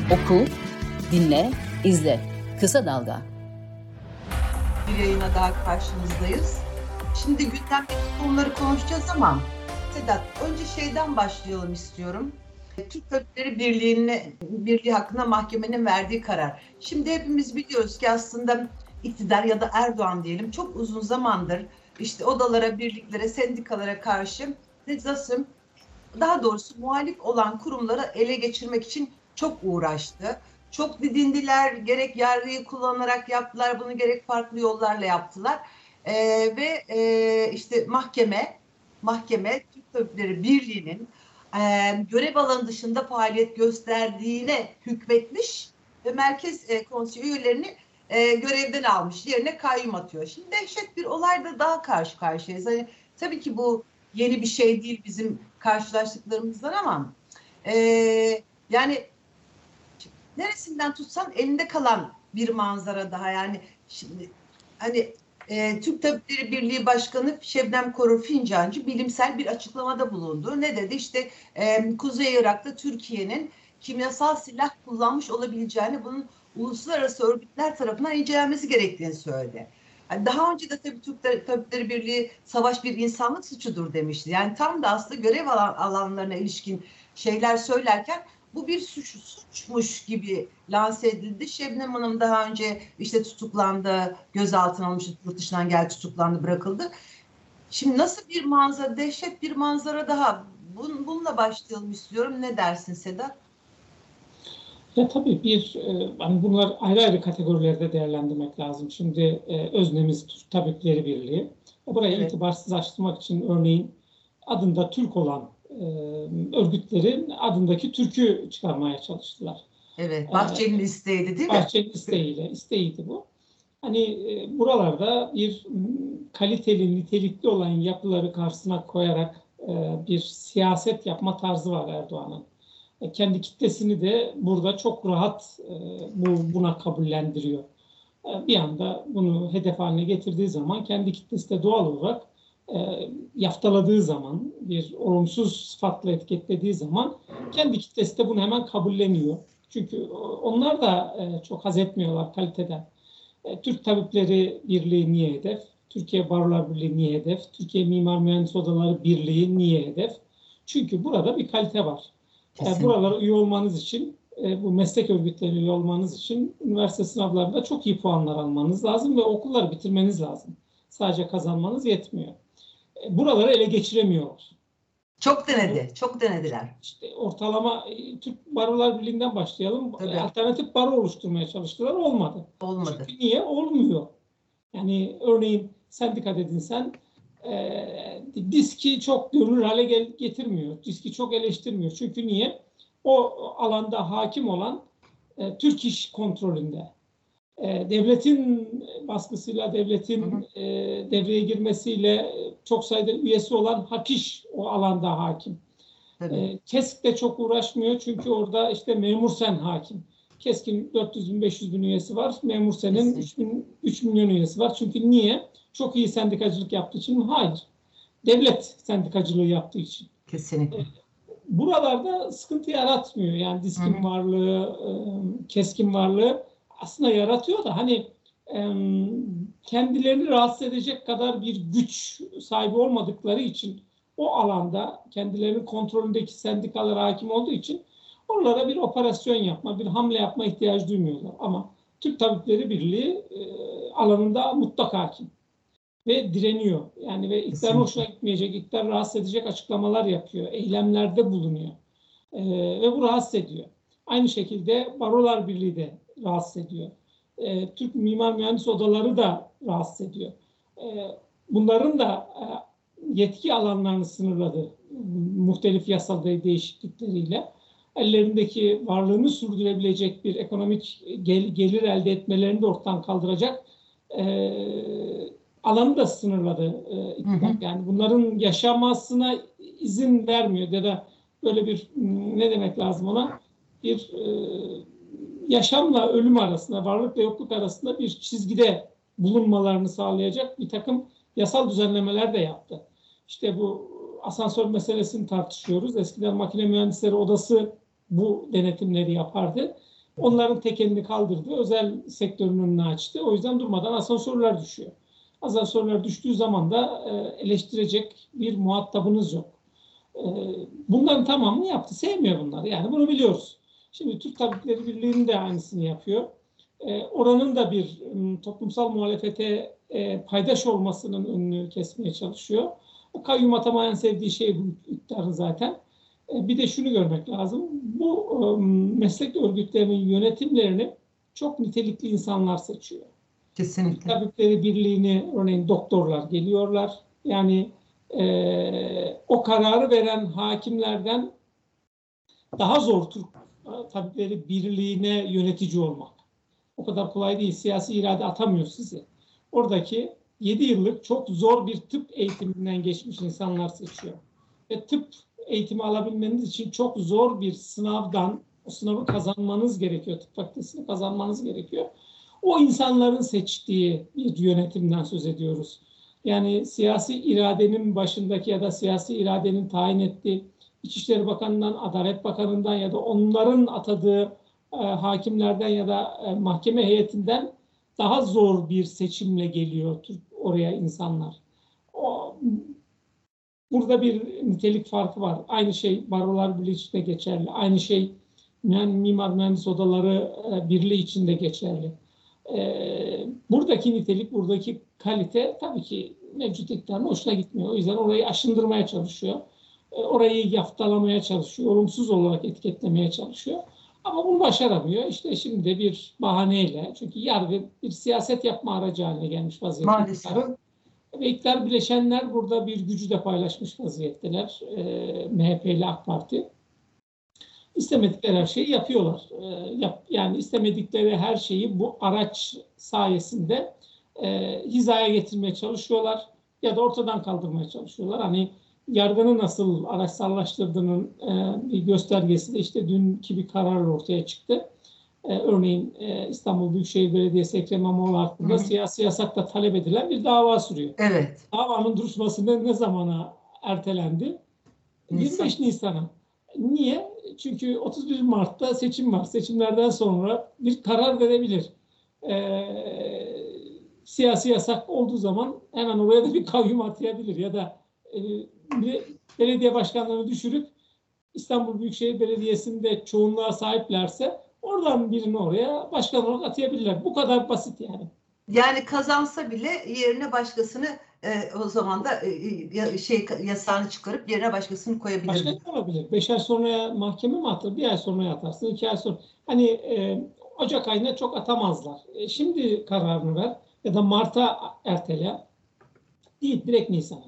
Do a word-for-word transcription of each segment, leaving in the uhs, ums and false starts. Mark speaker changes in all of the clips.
Speaker 1: Oku, dinle, izle. Kısa Dalga.
Speaker 2: Bir yayına daha karşınızdayız. Şimdi gündemdeki konuları konuşacağız ama Sedat, önce şeyden başlayalım istiyorum. Türk Tabipleri Birliği'ne, Birliği hakkında mahkemenin verdiği karar. Şimdi hepimiz biliyoruz ki aslında iktidar ya da Erdoğan diyelim çok uzun zamandır işte odalara, birliklere, sendikalara karşı nasıl, daha doğrusu muhalif olan kurumları ele geçirmek için çok uğraştı. Çok didindiler, gerek yargıyı kullanarak yaptılar bunu, gerek farklı yollarla yaptılar. Ee, ve e, işte mahkeme, mahkeme Türk Tabipleri Birliği'nin e, görev alanı dışında faaliyet gösterdiğine hükmetmiş ve Merkez e, Konseyi üyelerini e, görevden almış, yerine kayyum atıyor. Şimdi dehşet bir olayda daha karşı karşıyayız. Hani, tabii ki bu yeni bir şey değil bizim karşılaştıklarımızdan ama e, yani neresinden tutsan elinde kalan bir manzara daha. Yani şimdi hani e, Türk Tabipleri Birliği Başkanı Şebnem Korur Fincancı bilimsel bir açıklamada bulundu. Ne dedi? İşte e, Kuzey Irak'ta Türkiye'nin kimyasal silah kullanmış olabileceğini, bunun uluslararası örgütler tarafından incelenmesi gerektiğini söyledi. Yani daha önce de tabii Türk Tabipleri Birliği savaş bir insanlık suçudur demişti. Yani tam da aslında görev alan, alanlarına ilişkin şeyler söylerken bu bir suç, suçmuş gibi lanse edildi. Şebnem Hanım daha önce işte tutuklandı, gözaltına alınmıştı, yurt dışından geldi, tutuklandı, bırakıldı. Şimdi nasıl bir manzara, dehşet bir manzara daha. Bun, bununla başlayalım istiyorum. Ne dersin Sedat?
Speaker 3: Ya tabii bir, e, hani bunlar ayrı ayrı kategorilerde değerlendirmek lazım. Şimdi e, öznemiz Türk Tabipleri Birliği. Burayı evet. itibarsızlaştırmak için örneğin adında Türk olan e, örgütlerin adındaki Türk'ü çıkarmaya çalıştılar.
Speaker 2: Evet, Bahçeli'nin isteğiydi değil mi?
Speaker 3: Bahçeli'nin isteğiyle, isteğiydi bu. Hani e, buralarda bir kaliteli, nitelikli olan yapıları karşısına koyarak e, bir siyaset yapma tarzı var Erdoğan'ın. E, kendi kitlesini de burada çok rahat e, bu buna kabullendiriyor. E, bir anda bunu hedef haline getirdiği zaman kendi kitlesi de doğal olarak e, yaftaladığı zaman, bir olumsuz sıfatla etiketlediği zaman kendi kitlesi de bunu hemen kabulleniyor. Çünkü onlar da e, çok haz etmiyorlar kaliteden. E, Türk Tabipleri Birliği niye hedef? Türkiye Barolar Birliği niye hedef? Türkiye Mimar Mühendis Odaları Birliği niye hedef? Çünkü burada bir kalite var. E, buralara üye olmanız için, e, bu meslek örgütlerine üye olmanız için üniversite sınavlarında çok iyi puanlar almanız lazım ve okulları bitirmeniz lazım. Sadece kazanmanız yetmiyor. E, buraları ele geçiremiyorlar.
Speaker 2: Çok denedi, çok denediler.
Speaker 3: İşte ortalama Türk Barolar Birliği'nden başlayalım. Tabii. Alternatif baro oluşturmaya çalıştılar, olmadı.
Speaker 2: Olmadı.
Speaker 3: Çünkü niye? Olmuyor. Yani örneğin sendika dedin sen, e, diski çok görünür hale gel- getirmiyor. Diski çok eleştirmiyor. Çünkü niye? O alanda hakim olan e, Türk İş kontrolünde. E, devletin baskısıyla, devletin hı hı. E, devreye girmesiyle çok sayıda üyesi olan Hak İş o alanda hakim. E, KESK de çok uğraşmıyor çünkü orada işte Memursen hakim. KESK'in dört yüz bin beş yüz bin üyesi var. Memursen'in üç milyon üyesi var. Çünkü niye? Çok iyi sendikacılık yaptığı için mi? Hayır. Devlet sendikacılığı yaptığı için.
Speaker 2: Kesinlikle. E,
Speaker 3: buralarda sıkıntı yaratmıyor. Yani diskin hı hı. varlığı, e, KESK'in varlığı aslında yaratıyor da hani e, kendilerini rahatsız edecek kadar bir güç sahibi olmadıkları için o alanda kendilerinin kontrolündeki sendikalar hakim olduğu için onlara bir operasyon yapma, bir hamle yapma ihtiyacı duymuyorlar. Ama Türk Tabipleri Birliği e, alanında mutlak hakim ve direniyor. Yani ve iktidarın hoşuna gitmeyecek, iktidar rahatsız edecek açıklamalar yapıyor, eylemlerde bulunuyor e, ve bu rahatsız ediyor. Aynı şekilde Barolar Birliği de rahatsız ediyor. E, Türk Mimar Mühendis Odaları da rahatsız ediyor. E, bunların da e, yetki alanlarını sınırladı muhtelif yasal değişiklikleriyle. Ellerindeki varlığını sürdürebilecek bir ekonomik gel gelir elde etmelerini de ortadan kaldıracak e, alanı da sınırladı e, iktidar. Yani bunların yaşamasına izin vermiyor ya da böyle bir ne demek lazım ona? Bir e, yaşamla ölüm arasında, varlıkla yokluk arasında bir çizgide bulunmalarını sağlayacak bir takım yasal düzenlemeler de yaptı. İşte bu asansör meselesini tartışıyoruz. Eskiden makine mühendisleri odası bu denetimleri yapardı. Onların tekelini kaldırdı, özel sektörün önünü açtı. O yüzden durmadan asansörler düşüyor. Asansörler düştüğü zaman da eleştirecek bir muhatabınız yok. Bunların tamamını yaptı. Sevmiyor bunları. Yani bunu biliyoruz. Şimdi Türk Tabipleri Birliği'nin de aynısını yapıyor. Oranın da bir toplumsal muhalefete paydaş olmasının önünü kesmeye çalışıyor. Kayyum atama en sevdiği şey bu iktidarın zaten. Bir de şunu görmek lazım. Bu meslek örgütlerinin yönetimlerini çok nitelikli insanlar seçiyor.
Speaker 2: Kesinlikle.
Speaker 3: Tabipleri Birliği'ne örneğin doktorlar geliyorlar. Yani e, o kararı veren hakimlerden daha zor Türk Tabipleri Birliği'ne yönetici olmak. O kadar kolay değil. Siyasi irade atamıyor sizi. Oradaki yedi yıllık çok zor bir tıp eğitiminden geçmiş insanlar seçiyor. Ve tıp eğitimi alabilmeniz için çok zor bir sınavdan, o sınavı kazanmanız gerekiyor. Tıp fakültesini kazanmanız gerekiyor. O insanların seçtiği bir yönetimden söz ediyoruz. Yani siyasi iradenin başındaki ya da siyasi iradenin tayin ettiği İçişleri Bakanı'ndan, Adalet Bakanı'ndan ya da onların atadığı e, hakimlerden ya da e, mahkeme heyetinden daha zor bir seçimle geliyor oraya insanlar. O, burada bir nitelik farkı var. Aynı şey Barolar Birliği için de geçerli. Aynı şey yani Mimar Mühendis Odaları e, Birliği için de geçerli. E, buradaki nitelik, buradaki kalite tabii ki mevcut iktidarın hoşuna gitmiyor. O yüzden orayı aşındırmaya çalışıyor. E, orayı yaftalamaya çalışıyor. Olumsuz olarak etiketlemeye çalışıyor. Ama bunu başaramıyor. İşte şimdi de bir bahaneyle, çünkü yargı bir siyaset yapma aracı haline gelmiş vaziyette.
Speaker 2: Maalesef.
Speaker 3: Ve iktidar bileşenler burada bir gücü de paylaşmış vaziyetteler. E, M H P ile AK Parti. İstemedikleri her şeyi yapıyorlar. E, yap, yani istemedikleri her şeyi bu araç sayesinde e, hizaya getirmeye çalışıyorlar. Ya da ortadan kaldırmaya çalışıyorlar. Hani yargının nasıl araçsallaştırdığının e, bir göstergesi de işte dünkü bir karar ortaya çıktı. E, örneğin e, İstanbul Büyükşehir Belediyesi Ekrem İmamoğlu hakkında Hı. siyasi yasakla talep edilen bir dava sürüyor.
Speaker 2: Evet.
Speaker 3: Davanın duruşması ne zamana ertelendi? Nisan. yirmi beş Nisan'a. Niye? Çünkü otuz bir Mart'ta seçim var. Seçimlerden sonra bir karar verebilir. Ee, siyasi yasak olduğu zaman hemen oraya da bir kayyum atayabilir ya da e, belediye başkanlarını düşürüp İstanbul Büyükşehir Belediyesi'nde çoğunluğa sahiplerse oradan birini oraya başkan olarak atayabilirler. Bu kadar basit yani.
Speaker 2: Yani kazansa bile yerine başkasını e, o zaman da e, şey yasağını çıkarıp yerine başkasını koyabilir.
Speaker 3: Başka olabilir. Beş ay sonra mahkeme mi atar? Bir ay sonra atarsın, iki ay sonra. Hani e, Ocak ayına çok atamazlar. E, şimdi kararını ver ya da Mart'a ertele. Değil, direkt Nisan'a.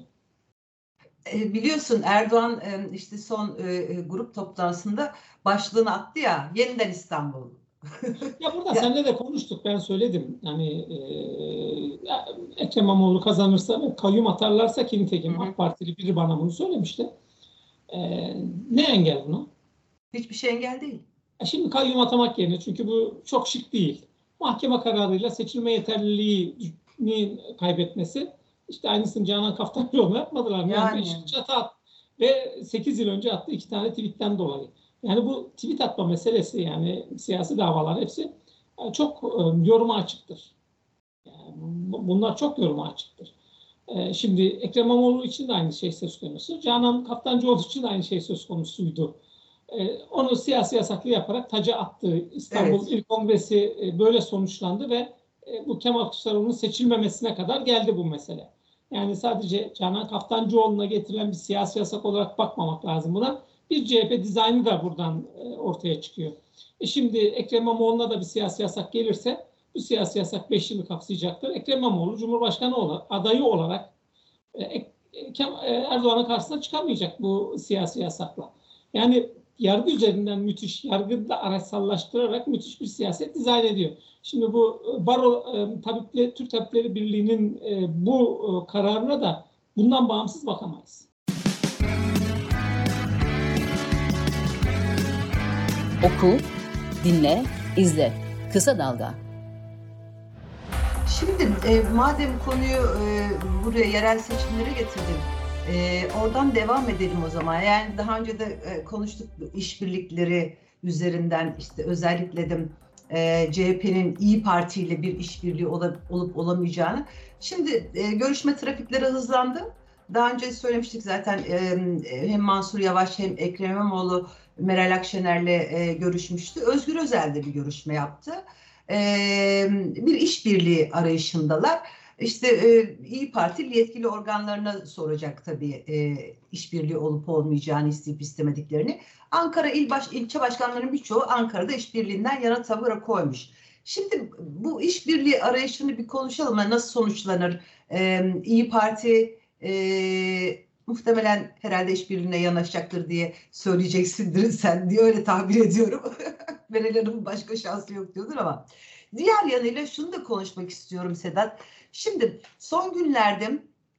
Speaker 2: E, biliyorsun Erdoğan e, işte son e, grup toplantısında başlığını attı ya, yeniden İstanbul.
Speaker 3: Ya burada seninle de konuştuk, ben söyledim. Yani e, Ekrem İmamoğlu kazanırsa ve kayyum atarlarsa ki nitekim AK Partili biri bana bunu söylemişti. E, ne engel buna?
Speaker 2: Hiçbir şey engel değil.
Speaker 3: E şimdi kayyum atamak yerine, çünkü bu çok şık değil. Mahkeme kararıyla seçilme yeterliliğini kaybetmesi, işte aynısını Canan Kaftancıoğlu'na yapmadılar. Yani, yani. Çatı at ve sekiz yıl önce attığı iki tane tweetten dolayı. Yani bu tweet atma meselesi, yani siyasi davalar hepsi çok yoruma açıktır. Yani bunlar çok yoruma açıktır. Şimdi Ekrem İmamoğlu için de aynı şey söz konusu. Canan Kaftancıoğlu için de aynı şey söz konusuydu. Onu siyasi yasaklı yaparak taca attı. İstanbul evet. İl Kongresi böyle sonuçlandı ve bu Kemal Kılıçdaroğlu'nun seçilmemesine kadar geldi bu mesele. Yani sadece Canan Kaftancıoğlu'na getirilen bir siyasi yasak olarak bakmamak lazım buna. Bir C H P dizaynı da buradan ortaya çıkıyor. E şimdi Ekrem İmamoğlu'na da bir siyasi yasak gelirse bu siyasi yasak beş yılı kapsayacaktır. Ekrem İmamoğlu Cumhurbaşkanı olarak, adayı olarak Erdoğan'ın karşısına çıkamayacak bu siyasi yasakla. Yani yargı üzerinden müthiş, yargıyı da araçsallaştırarak müthiş bir siyaset dizayn ediyor. Şimdi bu Baro Tabipleri, Türk Tabipleri Birliği'nin bu kararına da bundan bağımsız bakamayız.
Speaker 1: Oku, dinle, izle. Kısa Dalga.
Speaker 2: Şimdi e, madem konuyu e, buraya yerel seçimlere getirdim, e, oradan devam edelim o zaman. Yani daha önce de e, konuştuk işbirlikleri, üzerinden işte özellikle de e, C H P'nin İyi Parti ile bir işbirliği ol, olup olamayacağını. Şimdi e, görüşme trafikleri hızlandı. Daha önce söylemiştik zaten e, hem Mansur Yavaş hem Ekrem İmamoğlu Meral Akşener'le e, görüşmüştü. Özgür Özel de bir görüşme yaptı. E, bir işbirliği arayışındalar. İşte e, İyi Partili yetkili organlarına soracak tabii e, işbirliği olup olmayacağını, isteyip istemediklerini. Ankara il baş, ilçe başkanlarının birçoğu Ankara'da işbirliğinden yana tavır koymuş. Şimdi bu işbirliği arayışını bir konuşalım. Nasıl sonuçlanır? E, İyi Parti e, muhtemelen herhalde işbirliğine yanaşacaktır diye söyleyeceksindir sen diye öyle tahmin ediyorum. Meral Hanım'ın başka şansı yok diyordur ama. Diğer yanıyla şunu da konuşmak istiyorum Sedat. Şimdi son günlerde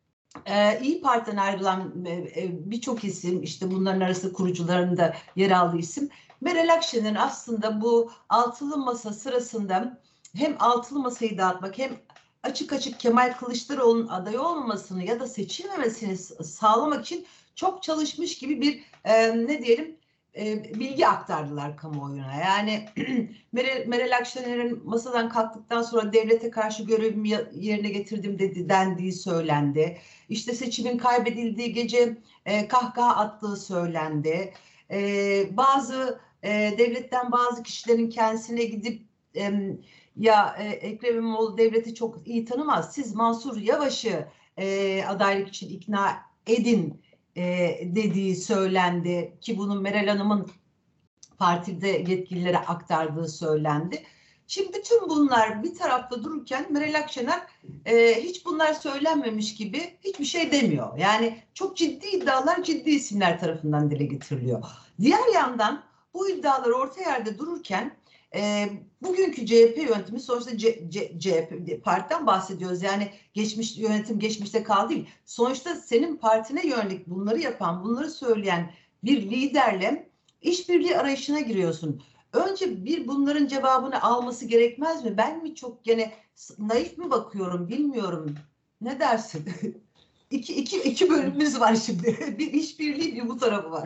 Speaker 2: e, İyi Parti'den ayrılan e, birçok isim, işte bunların arasında kurucularında yer aldığı isim, Meral Akşener'in aslında bu altılı masa sırasında hem altılı masayı dağıtmak hem açık açık Kemal Kılıçdaroğlu'nun aday olmamasını ya da seçilmemesini sağlamak için çok çalışmış gibi bir e, ne diyelim e, bilgi aktardılar kamuoyuna. Yani Meral, Meral Akşener'in masadan kalktıktan sonra devlete karşı görevimi yerine getirdim dedi, dendiği söylendi. İşte seçimin kaybedildiği gece e, kahkaha attığı söylendi. E, bazı e, devletten bazı kişilerin kendisine gidip e, ya e, Ekrem İmamoğlu devleti çok iyi tanımaz, siz Mansur Yavaş'ı e, adaylık için ikna edin e, dediği söylendi ki bunun Meral Hanım'ın partide yetkililere aktardığı söylendi. Şimdi bütün bunlar bir tarafta dururken Meral Akşener e, hiç bunlar söylenmemiş gibi hiçbir şey demiyor. Yani çok ciddi iddialar ciddi isimler tarafından dile getiriliyor. Diğer yandan bu iddialar orta yerde dururken e, bugünkü C H P yönetimi sonuçta C, C, C H P partiden bahsediyoruz. Yani geçmiş yönetim geçmişte kaldı değil. Sonuçta senin partine yönelik bunları yapan, bunları söyleyen bir liderle işbirliği arayışına giriyorsun. Önce bir bunların cevabını alması gerekmez mi? Ben mi çok gene naif mi bakıyorum bilmiyorum. Ne dersin? iki, iki, iki bölümümüz var şimdi. Bir işbirliği bir bu tarafı var.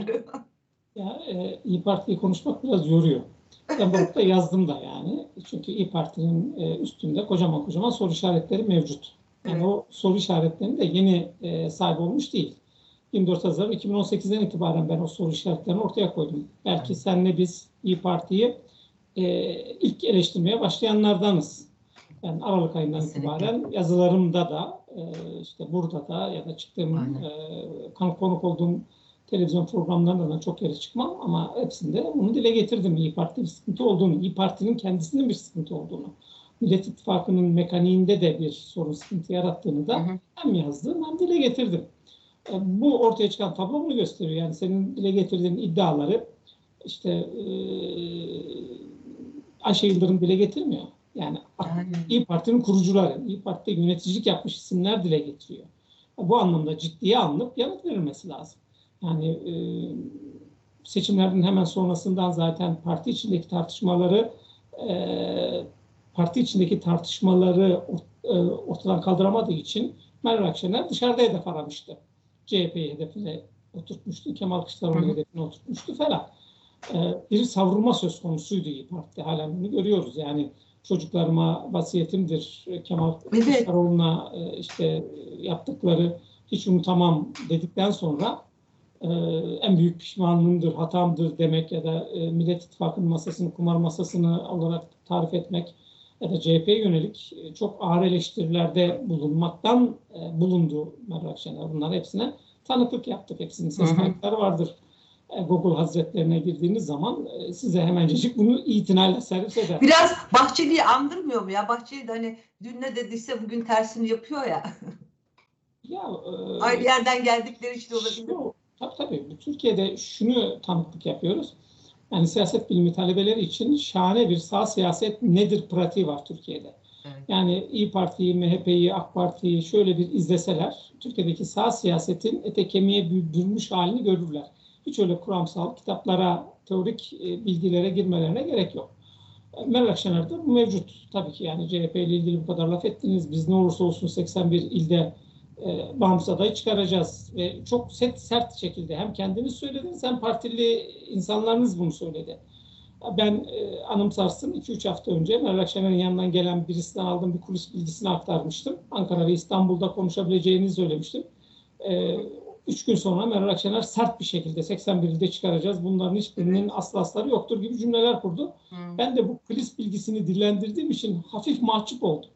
Speaker 3: Ya e, İyi Parti'yi konuşmak biraz yoruyor. Ben bu hafta yazdım da yani. Çünkü İyi Parti'nin e, üstünde kocaman kocaman soru işaretleri mevcut. Yani evet. O soru işaretlerinin de yeni e, sahibi olmuş değil. yirmi dört Haziran iki bin on sekizden itibaren ben o soru işaretlerini ortaya koydum. Belki senle biz İyi Parti'yi e, ilk eleştirmeye başlayanlardanız. Yani Aralık ayından Kesinlikle. itibaren yazılarımda da e, işte burada da ya da çıktığım e, konuk olduğum televizyon programlarında da çok yere çıkmam ama hepsinde bunu dile getirdim. İyi Parti'de bir sıkıntı olduğunu, İyi Parti'nin kendisinin bir sıkıntı olduğunu, Millet İttifakı'nın mekaniğinde de bir sorun sıkıntı yarattığını da hı hı. hem yazdım hem dile getirdim. Bu ortaya çıkan tablo bunu gösteriyor. Yani senin dile getirdiğin iddiaları işte e, Ayşe Yıldırım dile getirmiyor. Yani Aynen. İyi Parti'nin kurucuları, İyi Parti'de yöneticilik yapmış isimler dile getiriyor. Bu anlamda ciddiye alınıp yanıt verilmesi lazım. Yani e, seçimlerin hemen sonrasından zaten parti içindeki tartışmaları e, parti içindeki tartışmaları e, ortadan kaldıramadığı için Meral Akşener dışarıda hedef aramıştı. C H P'yi hedefine oturtmuştu, Kemal Kılıçdaroğlu'nu hedefine oturtmuştu falan. Ee, bir savrulma söz konusuydu İyi Parti'de. Halen bunu görüyoruz. Yani çocuklarıma vasiyetimdir Kemal Kılıçdaroğlu'na e, işte yaptıkları hiç unutamam dedikten sonra e, en büyük pişmanlığımdır, hatamdır demek ya da e, Millet İttifakı'nın masasını kumar masasını olarak tarif etmek ya da C H P'ye yönelik çok ağır eleştirilerde bulunmaktan e, bulundu Meral Akşener. Bunlar hepsine tanıklık yaptık. Hepsinin ses kayıtları vardır. E, Google Hazretlerine girdiğiniz zaman e, size hemencecik bunu itinayla servis eder.
Speaker 2: Biraz Bahçeli'yi andırmıyor mu ya? Bahçeli de hani dün ne dediyse bugün tersini yapıyor ya.
Speaker 3: ya
Speaker 2: e, Aynı yerden geldikleri için olabilir.
Speaker 3: Şu, tabii tabii. Türkiye'de şunu tanıklık yapıyoruz. Yani siyaset bilimi talebeleri için şahane bir sağ siyaset nedir pratiği var Türkiye'de. Evet. Yani İyi Parti'yi, M H P'yi, AK Parti'yi şöyle bir izleseler, Türkiye'deki sağ siyasetin ete kemiğe bürünmüş halini görürler. Hiç öyle kuramsal kitaplara, teorik bilgilere girmelerine gerek yok. Meral Akşener'de bu mevcut. Tabii ki yani C H P ile ilgili bu kadar laf ettiniz. Biz ne olursa olsun seksen bir ilde e, bağımsız adayı çıkaracağız. Ve çok sert, sert şekilde hem kendiniz söylediniz hem partili insanlarınız bunu söyledi. Ben e, anımsarsın iki üç hafta önce Meral Akşener'in yanından gelen birisinden aldığım bir kulis bilgisini aktarmıştım. Ankara ve İstanbul'da konuşabileceğini söylemiştim. E, üç gün sonra Meral Akşener sert bir şekilde seksen bir ilde çıkaracağız, bunların hiçbirinin aslı asları yoktur gibi cümleler kurdu. Hmm. Ben de bu kulis bilgisini dillendirdiğim için hafif mahcup oldum.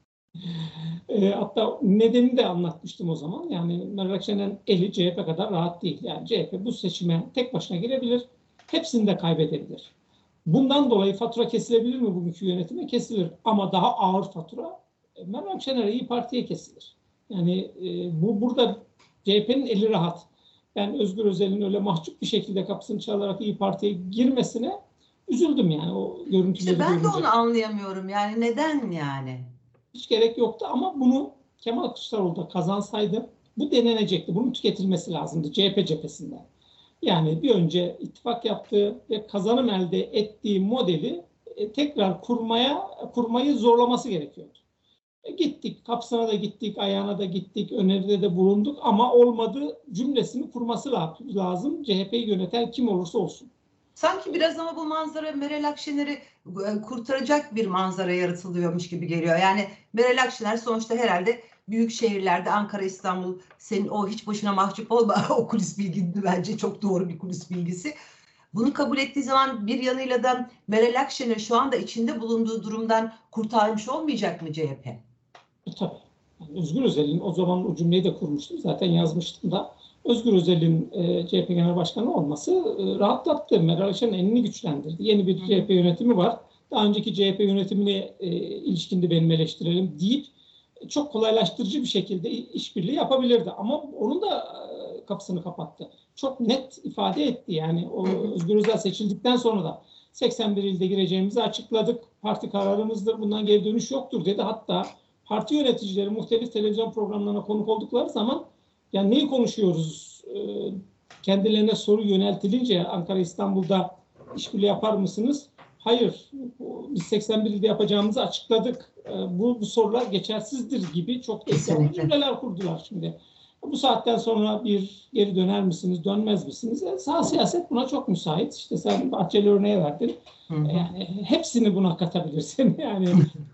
Speaker 3: E, hatta nedenini de anlatmıştım o zaman. Yani Meral Akşener'in eli C H P kadar rahat değil. Yani C H P bu seçime tek başına girebilir, hepsini de kaybedebilir. Bundan dolayı fatura kesilebilir mi bugünkü yönetime? Kesilir. Ama daha ağır fatura Meral Akşener'e, İYİ Parti'ye kesilir. Yani e, bu burada C H P'nin eli rahat. Ben Özgür Özel'in öyle mahcup bir şekilde kapısını çalarak İYİ Parti'ye girmesine üzüldüm yani o görüntüleri
Speaker 2: İşte ben
Speaker 3: görünce.
Speaker 2: de onu anlayamıyorum. Yani neden yani?
Speaker 3: Hiç gerek yoktu ama bunu Kemal Kılıçdaroğlu da kazansaydı bu denenecekti. Bunun tüketilmesi lazımdı C H P cephesinden. Yani bir önce ittifak yaptığı ve kazanım elde ettiği modeli e, tekrar kurmaya kurmayı zorlaması gerekiyordu. E, gittik, kapısına da gittik, ayağına da gittik, öneride de bulunduk ama olmadı cümlesini kurması lazım. C H P'yi yöneten kim olursa olsun.
Speaker 2: Sanki biraz ama bu manzara Meral Akşener'i kurtaracak bir manzara yaratılıyormuş gibi geliyor. Yani Meral Akşener sonuçta herhalde büyük şehirlerde Ankara, İstanbul, senin o hiç boşuna mahcup olma o kulis bilgindi, bence çok doğru bir kulis bilgisi. Bunu kabul ettiği zaman bir yanıyla da Meral Akşener şu anda içinde bulunduğu durumdan kurtarmış olmayacak mı C H P?
Speaker 3: E, tabii. Yani Özgür Özel'in o zaman o cümleyi de kurmuştum. Zaten yazmıştım da. Özgür Özel'in e, C H P Genel Başkanı olması e, rahatlattı. Meral Akşener'in elini güçlendirdi. Yeni bir C H P yönetimi var. Daha önceki C H P yönetimine e, ilişkinde benim eleştirelim deyip çok kolaylaştırıcı bir şekilde işbirliği yapabilirdi. Ama onun da e, kapısını kapattı. Çok net ifade etti. Yani o Özgür Özel seçildikten sonra da seksen bir ilde gireceğimizi açıkladık. Parti kararımızdır. Bundan geri dönüş yoktur dedi. Hatta parti yöneticileri muhtelif televizyon programlarına konuk oldukları zaman yani neyi konuşuyoruz? E, kendilerine soru yöneltilince Ankara, İstanbul'da işbirliği yapar mısınız? Hayır. Biz seksen bir ilde yapacağımızı açıkladık. E, bu, bu sorular geçersizdir gibi çok da cümleler kurdular şimdi. Bu saatten sonra bir geri döner misiniz, dönmez misiniz? E, sağ siyaset buna çok müsait. İşte sen Bahçeli örneği verdin. Hı hı. Yani hepsini buna katabilirsin. Yani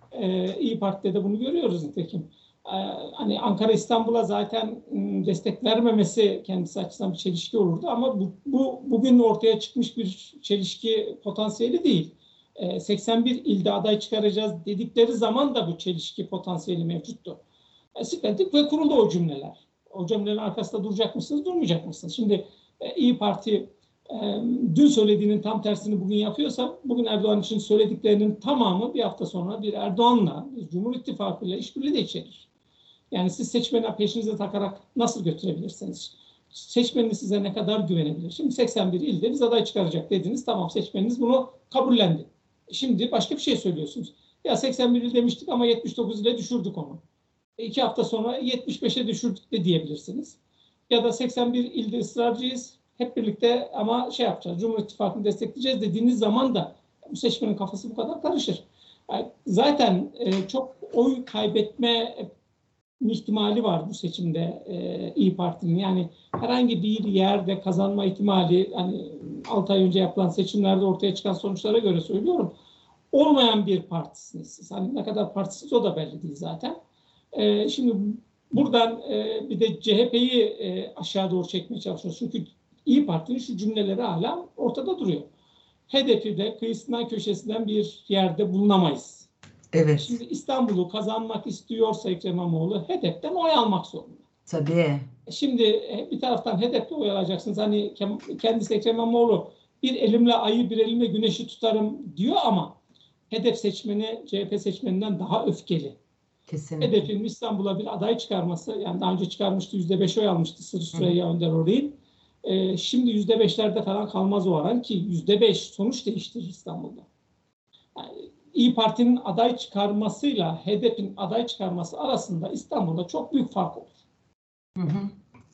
Speaker 3: e, İYİ Parti'de de bunu görüyoruz nitekim. E, hani Ankara İstanbul'a zaten m, destek vermemesi kendisi açısından bir çelişki olurdu ama bu, bu bugün ortaya çıkmış bir çelişki potansiyeli değil. E, seksen bir ilde aday çıkaracağız dedikleri zaman da bu çelişki potansiyeli mevcuttu. E, sıkıntık ve kuruldu o cümleler. O cümlelerin arkasında duracak mısınız, durmayacak mısınız? Şimdi e, İYİ Parti e, dün söylediğinin tam tersini bugün yapıyorsa, bugün Erdoğan için söylediklerinin tamamı bir hafta sonra bir Erdoğan'la, bir Cumhur İttifakı'yla işbirliği de içerir. Yani siz seçmeni peşinize takarak nasıl götürebilirsiniz? Seçmeniniz size ne kadar güvenebilir? Şimdi seksen bir ilde biz aday çıkaracak dediniz. Tamam, seçmeniniz bunu kabullendi. Şimdi başka bir şey söylüyorsunuz. Ya seksen bir il demiştik ama yetmiş dokuz ile düşürdük onu. İki hafta sonra yetmiş beşe düşürdük de diyebilirsiniz. Ya da seksen bir ilde ısrarcıyız. Hep birlikte ama şey yapacağız. Cumhur İttifakı'nı destekleyeceğiz dediğiniz zaman da bu seçmenin kafası bu kadar karışır. Yani zaten e, çok oy kaybetme ihtimali var bu seçimde e, İYİ Parti'nin. Yani herhangi bir yerde kazanma ihtimali, hani altı ay önce yapılan seçimlerde ortaya çıkan sonuçlara göre söylüyorum, olmayan bir partisiniz siz. Hani ne kadar partisiz o da belli değil zaten. E, şimdi buradan e, bir de C H P'yi e, aşağı doğru çekmeye çalışıyoruz. Çünkü İYİ Parti'nin şu cümleleri hala ortada duruyor. Hedefi de kıyısından köşesinden bir yerde bulunamayız.
Speaker 2: Evet.
Speaker 3: Şimdi İstanbul'u kazanmak istiyorsa Ekrem İmamoğlu H D P'ten oy almak zorunda.
Speaker 2: Tabii.
Speaker 3: Şimdi bir taraftan H D P'te oy alacaksınız. Hani kendisi Ekrem İmamoğlu bir elimle ayı bir elimle güneşi tutarım diyor ama H D P seçmeni C H P seçmeninden daha öfkeli.
Speaker 2: Kesinlikle.
Speaker 3: H D P'nin İstanbul'a bir aday çıkarması, yani daha önce çıkarmıştı, yüzde beş oy almıştı Sırrı Süreyya Önder Oray'ın. Ee, şimdi yüzde beşlerde falan kalmaz o oran ki yüzde beş sonuç değiştirir İstanbul'da. Yani İYİ Parti'nin aday çıkarmasıyla H D P'nin aday çıkarması arasında İstanbul'da çok büyük fark olur. Hı hı.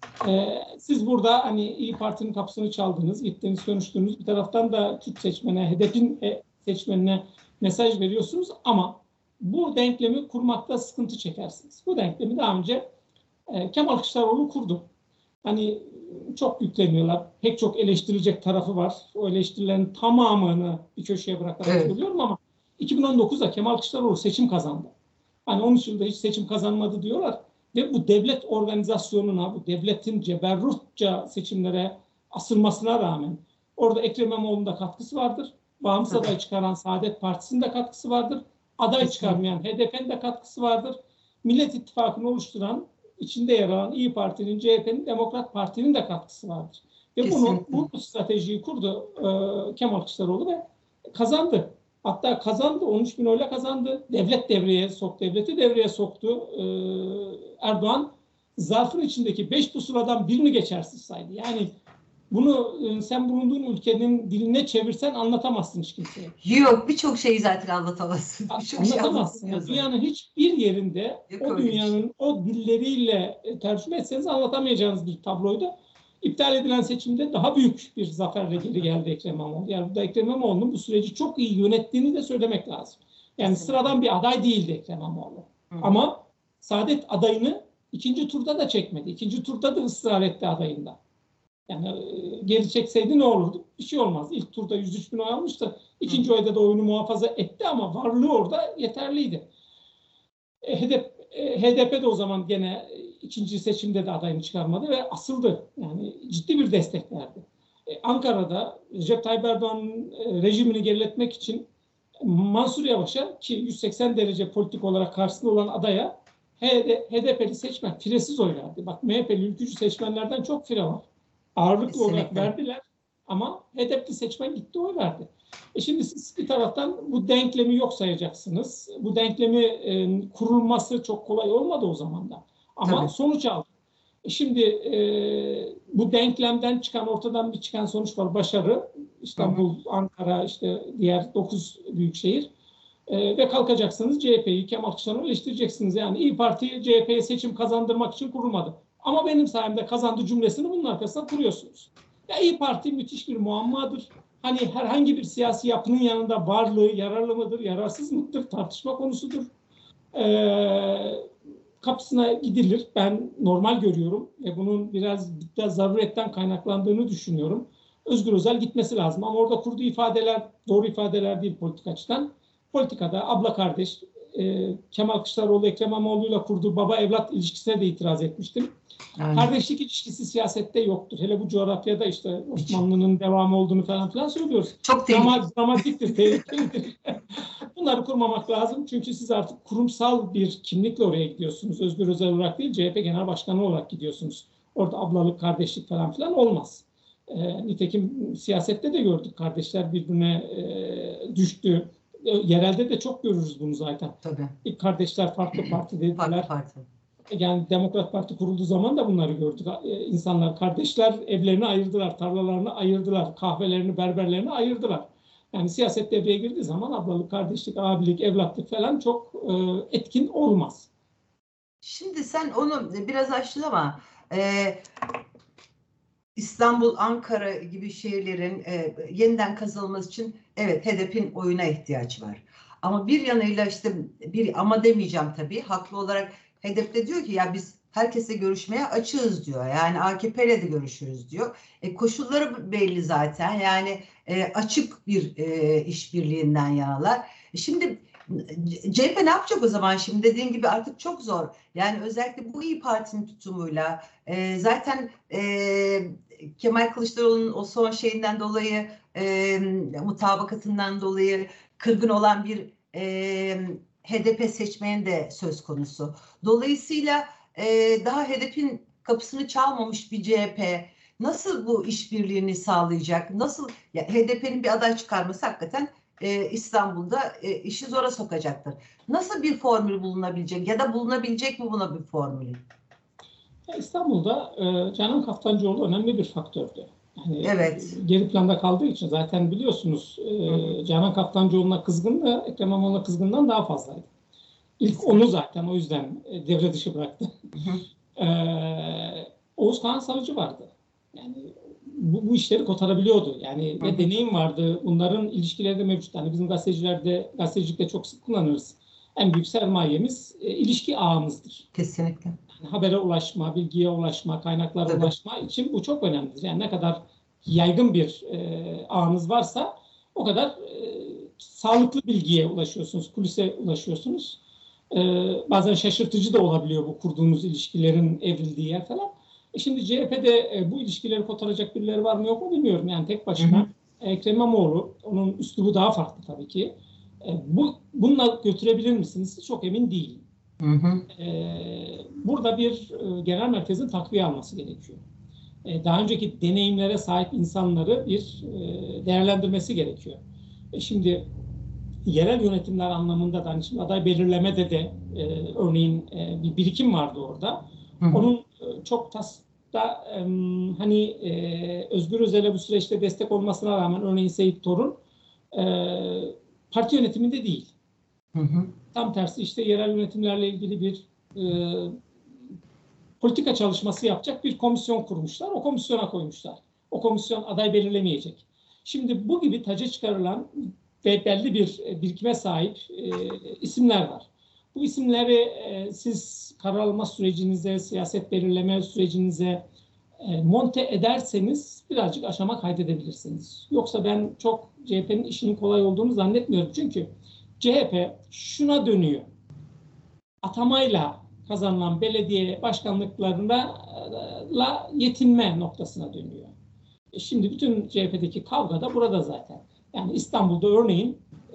Speaker 3: Ee, siz burada hani İYİ Parti'nin kapısını çaldınız, gittiniz, konuştunuz. Bir taraftan da Kürt seçmene, H D P'nin seçmenine mesaj veriyorsunuz ama bu denklemi kurmakta sıkıntı çekersiniz. Bu denklemi daha önce e, Kemal Kılıçdaroğlu kurdu. Hani çok yükleniyorlar. Pek çok eleştirilecek tarafı var. O eleştirilerin tamamını bir köşeye bırakarak
Speaker 2: Evet.
Speaker 3: söylüyorum ama iki bin on dokuzda Kemal Kılıçdaroğlu seçim kazandı. Hani on üç yılda hiç seçim kazanmadı diyorlar. Ve bu devlet organizasyonuna, bu devletin ceberrutça seçimlere asılmasına rağmen orada Ekrem İmamoğlu'nun da katkısı vardır. Bağımsız aday çıkaran Saadet Partisi'nin de katkısı vardır. Aday
Speaker 2: Kesinlikle.
Speaker 3: çıkarmayan H D P'nin de katkısı vardır. Millet İttifakı'nı oluşturan, içinde yer alan İYİ Parti'nin, C H P'nin, Demokrat Parti'nin de katkısı vardır. Ve bunu, bu stratejiyi kurdu e, Kemal Kılıçdaroğlu ve kazandı. Hatta kazandı, on üç bin oyla kazandı. Devlet devreye soktu, devleti devreye soktu. Ee, Erdoğan zarfın içindeki beş pusuladan birini geçersiz saydı. Yani bunu e, sen bulunduğun ülkenin diline çevirsen anlatamazsın hiç kimseye.
Speaker 2: Yok, birçok şeyi zaten anlatamazsın. Birçok şey
Speaker 3: Anlatamazsın. Yani dünyanın hiçbir yerinde Yok, o dünyanın o dilleriyle tercüme etseniz anlatamayacağınız bir tabloydu. İptal edilen seçimde daha büyük bir zaferle geri geldi Ekrem İmamoğlu. Yani burada Ekrem İmamoğlu'nun bu süreci çok iyi yönettiğini de söylemek lazım. Yani Kesinlikle. Sıradan bir aday değildi Ekrem İmamoğlu. Hı. Ama Saadet adayını ikinci turda da çekmedi. İkinci turda da ısrar etti adayında. Yani geri çekseydi ne olurdu? Bir şey olmaz. İlk turda yüz üç bin oy almıştı. İkinci Hı. oyda da oyunu muhafaza etti ama varlığı orada yeterliydi. H D P de o zaman gene ikinci seçimde de adayını çıkarmadı ve asıldı. Yani ciddi bir destek verdi. Ee, Ankara'da Recep Tayyip Erdoğan'ın e, rejimini geriletmek için Mansur Yavaş'a, ki yüz seksen derece politik olarak karşısında olan adaya H D P'li seçmen firesiz oy verdi. Bak, M H P'li ülkücü seçmenlerden çok fire var. Ağırlıklı Kesinlikle. olarak verdiler ama H D P'li seçmen gitti oy verdi. E şimdi siz bir taraftan bu denklemi yok sayacaksınız. Bu denklemi e, kurulması çok kolay olmadı o zaman da. Ama Tabii. sonuç aldı. E şimdi e, bu denklemden çıkan, ortadan bir çıkan sonuç var. Başarı. İstanbul, hı hı. Ankara, işte diğer dokuz büyük şehir. E, ve kalkacaksınız C H P'yi, Kemal Kılıçdaroğlu'nu eleştireceksiniz. Yani İYİ Parti C H P'ye seçim kazandırmak için kurulmadı. Ama benim sayemde kazandı cümlesini bunun arkasına kuruyorsunuz. Ya İYİ Parti müthiş bir muammadır. Hani herhangi bir siyasi yapının yanında varlığı yararlı mıdır, yararsız mıdır tartışma konusudur. Ee, kapısına gidilir. Ben normal görüyorum ve bunun biraz da zaruretten kaynaklandığını düşünüyorum. Özgür Özel gitmesi lazım ama orada kurduğu ifadeler doğru ifadeler değil politik açıdan. Politikada abla kardeş, e, Kemal Kılıçdaroğlu Ekrem İmamoğlu'yla kurduğu baba evlat ilişkisine de itiraz etmiştim. Aynen. Kardeşlik ilişkisi siyasette yoktur. Hele bu coğrafyada işte Osmanlı'nın devamı olduğunu falan filan söylüyoruz.
Speaker 2: Çok tehlikeli.
Speaker 3: Dramatiktir, tehlikelidir. Bunları kurmamak lazım. Çünkü siz artık kurumsal bir kimlikle oraya gidiyorsunuz. Özgür Özel olarak değil, C H P Genel Başkanı olarak gidiyorsunuz. Orada ablalık, kardeşlik falan filan olmaz. E, nitekim siyasette de gördük. Kardeşler birbirine e, düştü. E, yerelde de çok görürüz bunu zaten. Tabii. İlk kardeşler farklı parti dediler.
Speaker 2: Farklı parti.
Speaker 3: Yani Demokrat Parti kurulduğu zaman da bunları gördük. İnsanlar, kardeşler evlerini ayırdılar, tarlalarını ayırdılar, kahvelerini, berberlerini ayırdılar. Yani siyaset devreye girdiği zaman ablalık, kardeşlik, abilik, evlatlık falan çok e, etkin olmaz.
Speaker 2: Şimdi sen onu biraz açtın ama e, İstanbul, Ankara gibi şehirlerin e, yeniden kazanılması için evet H D P'nin oyuna ihtiyaç var. Ama bir yanıyla işte bir ama demeyeceğim tabii, haklı olarak H D P diyor ki ya biz herkese görüşmeye açığız diyor. Yani A K P'yle de görüşürüz diyor. E, koşulları belli zaten. Yani e, açık bir e, işbirliğinden yanalar. E, şimdi C H P ne yapacak o zaman? Şimdi dediğin gibi artık çok zor. Yani özellikle bu İYİ Parti'nin tutumuyla e, zaten e, Kemal Kılıçdaroğlu'nun o son şeyinden dolayı e, mutabakatından dolayı kırgın olan bir e, H D P seçmeni de söz konusu. Dolayısıyla e, daha H D P'nin kapısını çalmamış bir C H P nasıl bu işbirliğini sağlayacak? Nasıl ya H D P'nin bir aday çıkarması hakikaten e, İstanbul'da e, işi zora sokacaktır. Nasıl bir formül bulunabilecek ya da bulunabilecek mi buna bir formül?
Speaker 3: İstanbul'da e, Canan Kaftancıoğlu önemli bir faktördü. Yani
Speaker 2: evet.
Speaker 3: Geri planda kaldığı için zaten biliyorsunuz e, Canan Kaftancıoğlu'na kızgın da Ekrem İmamoğlu'na kızgından daha fazlaydı. İlk onu zaten o yüzden e, devre dışı bıraktı. e, Oğuz Kağan Savcı vardı. Yani bu, bu işleri kotarabiliyordu. Yani ve deneyim vardı. Bunların ilişkileri de mevcut. Yani bizim gazetecilerde, gazetecilikte çok sık kullanırız. En büyük sermayemiz e, ilişki ağımızdır.
Speaker 2: Kesinlikle.
Speaker 3: habere ulaşma, bilgiye ulaşma, kaynaklara
Speaker 2: Tabii.
Speaker 3: ulaşma için bu çok önemlidir. Yani ne kadar yaygın bir e, ağınız varsa o kadar e, sağlıklı bilgiye ulaşıyorsunuz, kulise ulaşıyorsunuz. E, bazen şaşırtıcı da olabiliyor bu kurduğunuz ilişkilerin evrildiği yer falan. E şimdi C H P'de e, bu ilişkileri kotaracak birileri var mı yok mu bilmiyorum. Yani tek başına hı hı. Ekrem İmamoğlu, onun üslubu daha farklı tabii ki. E, bu bununla götürebilir misiniz? Çok emin değilim. Hı hı. E, burada bir e, genel merkezin takviye alması gerekiyor. E, daha önceki deneyimlere sahip insanları bir e, değerlendirmesi gerekiyor. E, şimdi yerel yönetimler anlamında da hani şimdi aday belirlemede de e, örneğin e, bir birikim vardı orada. Hı hı. Onun e, çok tas da e, hani e, Özgür Özel'e bu süreçte destek olmasına rağmen örneğin Seyit Torun e, parti yönetiminde değil. Hı hı. Tam tersi işte yerel yönetimlerle ilgili bir e, politika çalışması yapacak bir komisyon kurmuşlar. O komisyona koymuşlar. O komisyon aday belirlemeyecek. Şimdi bu gibi taca çıkarılan ve belli bir birikime sahip e, isimler var. Bu isimleri e, siz karar alma sürecinize, siyaset belirleme sürecinize e, monte ederseniz birazcık aşama kaydedebilirsiniz. Yoksa ben çok C H P'nin işinin kolay olduğunu zannetmiyorum. Çünkü C H P şuna dönüyor. Atamayla kazanılan belediye başkanlıklarına yetinme noktasına dönüyor. E şimdi bütün C H P'deki kavga da burada zaten. Yani İstanbul'da örneğin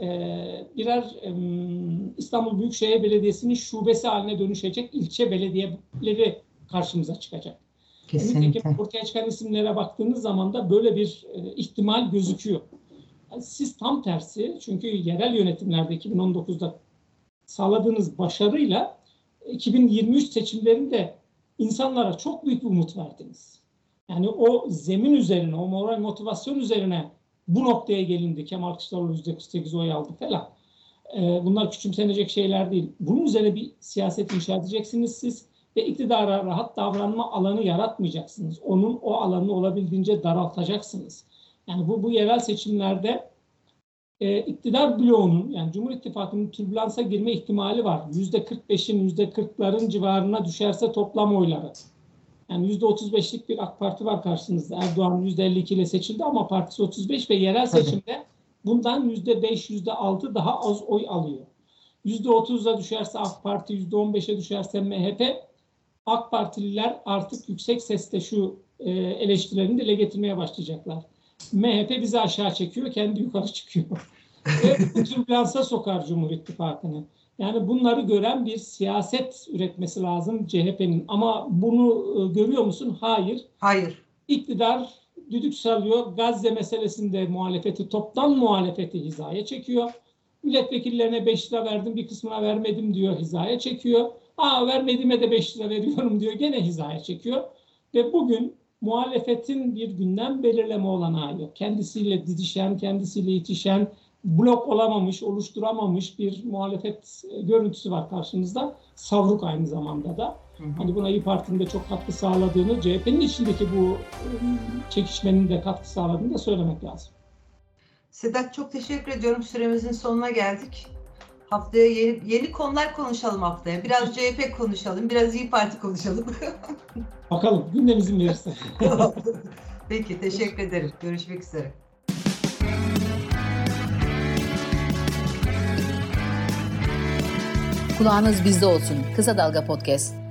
Speaker 3: e, birer e, İstanbul Büyükşehir Belediyesi'nin şubesi haline dönüşecek ilçe belediyeleri karşımıza çıkacak. Kesinlikle. Yani ortaya çıkan isimlere baktığınız zaman da böyle bir e, ihtimal gözüküyor. Yani siz tam tersi, çünkü yerel yönetimlerde iki bin on dokuzda sağladığınız başarıyla iki bin yirmi üç seçimlerinde insanlara çok büyük bir umut verdiniz. Yani o zemin üzerine, o moral motivasyon üzerine bu noktaya gelindi. Kemal Kılıçdaroğlu yüzde kırk sekiz oy aldı falan. Ee, bunlar küçümsenecek şeyler değil. Bunun üzerine bir siyaset inşa edeceksiniz siz ve iktidara rahat davranma alanı yaratmayacaksınız. Onun o alanını olabildiğince daraltacaksınız. Yani bu, bu yerel seçimlerde e, iktidar bloğunun, yani Cumhur İttifakı'nın türbülansa girme ihtimali var. yüzde kırk beşin, yüzde kırkların civarına düşerse toplam oyları. Yani yüzde otuz beşlik bir AK Parti var karşınızda. Erdoğan yüzde elli iki ile seçildi ama partisi otuz beş ve yerel seçimde bundan yüzde beş, yüzde altı daha az oy alıyor. yüzde otuza düşerse AK Parti, yüzde on beşe düşerse M H P, AK Partililer artık yüksek sesle şu e, eleştirilerini dile getirmeye başlayacaklar. M H P bizi aşağı çekiyor, kendi yukarı çıkıyor. Ve bu türbülansa sokar Cumhur İttifakı'nı. Yani bunları gören bir siyaset üretmesi lazım C H P'nin. Ama bunu e, görüyor musun? Hayır.
Speaker 2: Hayır.
Speaker 3: İktidar düdük çalıyor. Gazze meselesinde muhalefeti, toptan muhalefeti hizaya çekiyor. Milletvekillerine beş lira verdim, bir kısmına vermedim diyor, hizaya çekiyor. Aa vermediğime de beş lira veriyorum diyor, gene hizaya çekiyor. Ve bugün muhalefetin bir gündem belirleme olanağı yok. Kendisiyle didişen, kendisiyle itişen, blok olamamış, oluşturamamış bir muhalefet görüntüsü var karşımızda. Savruk aynı zamanda da. Hı hı. Hani buna İYİ Parti'nin de çok katkı sağladığını, C H P'nin içindeki bu çekişmenin de katkı sağladığını da söylemek lazım.
Speaker 2: Sedat, çok teşekkür ediyorum. Süremizin sonuna geldik. Haftaya yeni, yeni konular konuşalım haftaya. Biraz C H P konuşalım, biraz İYİ Parti konuşalım.
Speaker 3: Bakalım, gündem izin verirse.
Speaker 2: Peki, teşekkür ederim. Görüşmek üzere.
Speaker 1: Kulağınız bizde olsun. Kısa Dalga Podcast.